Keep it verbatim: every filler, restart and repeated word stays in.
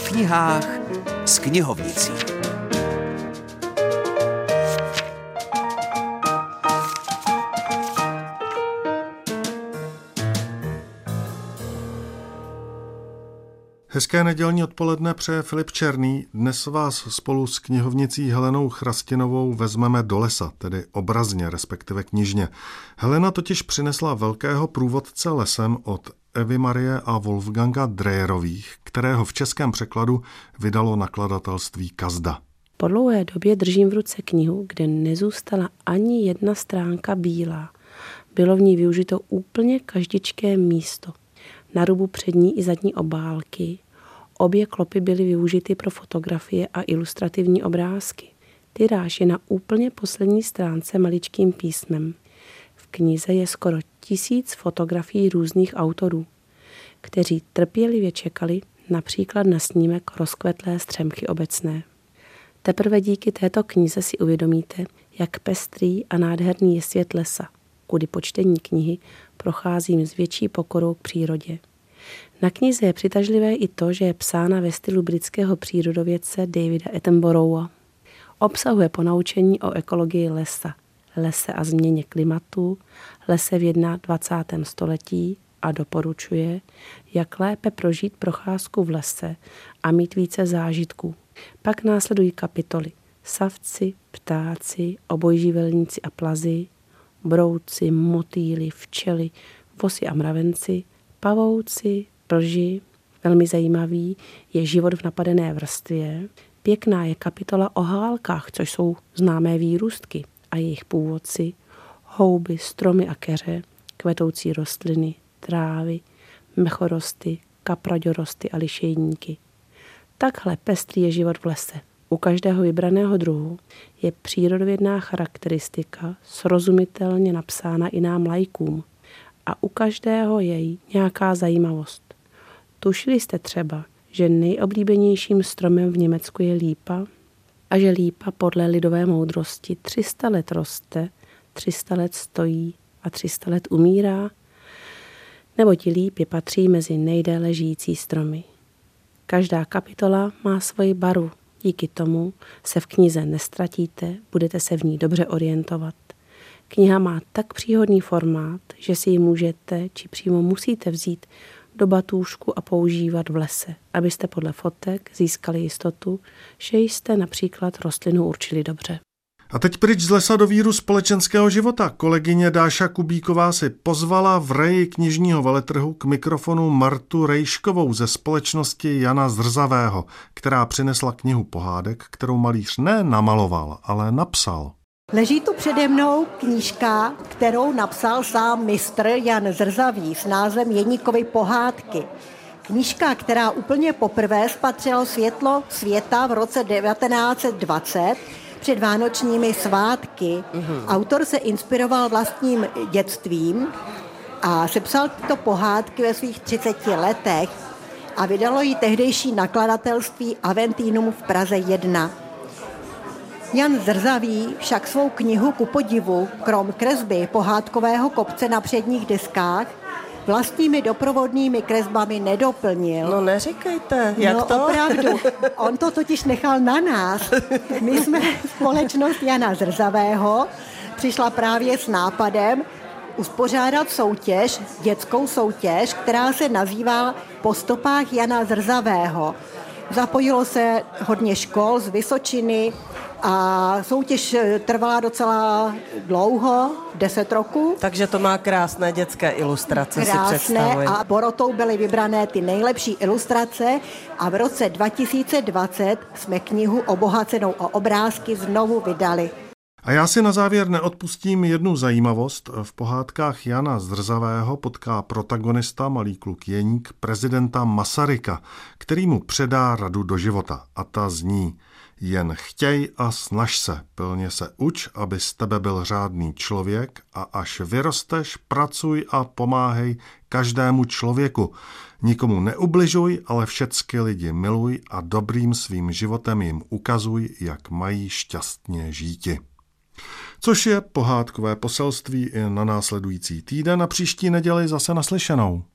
knihách s knihovnicí. Hezké nedělní odpoledne přeje Filip Černý. Dnes vás spolu s knihovnicí Helenou Chrastinovou vezmeme do lesa, tedy obrazně, respektive knižně. Helena totiž přinesla velkého průvodce lesem od Evy Marie a Wolfganga Dreyerových, kterého v českém překladu vydalo nakladatelství Kazda. Po dlouhé době držím v ruce knihu, kde nezůstala ani jedna stránka bílá. Bylo v ní využito úplně každičké místo. Na rubu přední i zadní obálky. Obě klopy byly využity pro fotografie a ilustrativní obrázky. Tiráž je na úplně poslední stránce maličkým písmem. V knize je skoro tisíc fotografií různých autorů, kteří trpělivě čekali například na snímek rozkvetlé střemky obecné. Teprve díky této knize si uvědomíte, jak pestrý a nádherný je svět lesa, kudy po čtení knihy procházím s větší pokorou k přírodě. Na knize je přitažlivé i to, že je psána ve stylu britského přírodovědce Davida Attenborougha. Obsahuje ponaučení o ekologii lesa, lese a změně klimatu, lese v dvacátém prvním století a doporučuje, jak lépe prožít procházku v lese a mít více zážitků. Pak následují kapitoly savci, ptáci, obojživelníci a plazy, brouci, motýly, včely, vosy a mravenci, pavouci, plži. Velmi zajímavý je život v napadené vrstvě. Pěkná je kapitola o hálkách, což jsou známé výrůstky a jejich původci, houby, stromy a keře, kvetoucí rostliny, trávy, mechorosty, kapraďorosty a lišejníky. Takhle pestrý je život v lese. U každého vybraného druhu je přírodovědná charakteristika srozumitelně napsána i nám laikům a u každého je nějaká zajímavost. Tušili jste třeba, že nejoblíbenějším stromem v Německu je lípa a že lípa podle lidové moudrosti tři sta let roste, tři sta let stojí a tři sta let umírá? Neboť lípy patří mezi nejdéle žijící stromy. Každá kapitola má svoji barvu. Díky tomu se v knize nestratíte, budete se v ní dobře orientovat. Kniha má tak příhodný formát, že si ji můžete či přímo musíte vzít do batůžku a používat v lese, abyste podle fotek získali jistotu, že jste například rostlinu určili dobře. A teď pryč z lesa do víru společenského života. Kolegyně Dáša Kubíková si pozvala v reji knižního veletrhu k mikrofonu Martu Rejškovou ze společnosti Jana Zrzavého, která přinesla knihu pohádek, kterou malíř ne namaloval, ale napsal. Leží tu přede mnou knížka, kterou napsal sám mistr Jan Zrzavý s názvem Jeníkovy pohádky. Knížka, která úplně poprvé spatřila světlo světa v roce devatenáct set dvacet, před vánočními svátky. Uhum. Autor se inspiroval vlastním dětstvím a sepsal tyto pohádky ve svých třiceti letech a vydalo ji tehdejší nakladatelství Aventinum v Praze jedna. Jan Zrzavý však svou knihu ku podivu, krom kresby pohádkového kopce na předních deskách, vlastními doprovodnými kresbami nedoplnil. No neříkejte, jak no, to? No opravdu, on to totiž nechal na nás. My jsme společnost Jana Zrzavého přišla právě s nápadem uspořádat soutěž, dětskou soutěž, která se nazývá Po stopách Jana Zrzavého. Zapojilo se hodně škol z Vysočiny a soutěž trvala docela dlouho, deset roků. Takže to má krásné dětské ilustrace, krásné, si představuji. A porotou byly vybrané ty nejlepší ilustrace a v roce dva tisíce dvacet jsme knihu obohacenou o obrázky znovu vydali. A já si na závěr neodpustím jednu zajímavost. V pohádkách Jana Zrzavého potká protagonista, malý kluk Jeník, prezidenta Masaryka, který mu předá radu do života. A ta zní: jen chtěj a snaž se, pilně se uč, aby z tebe byl řádný člověk a až vyrosteš, pracuj a pomáhej každému člověku. Nikomu neubližuj, ale všecky lidi miluj a dobrým svým životem jim ukazuj, jak mají šťastně žíti. Což je pohádkové poselství i na následující týden a příští neděli zase naslyšenou.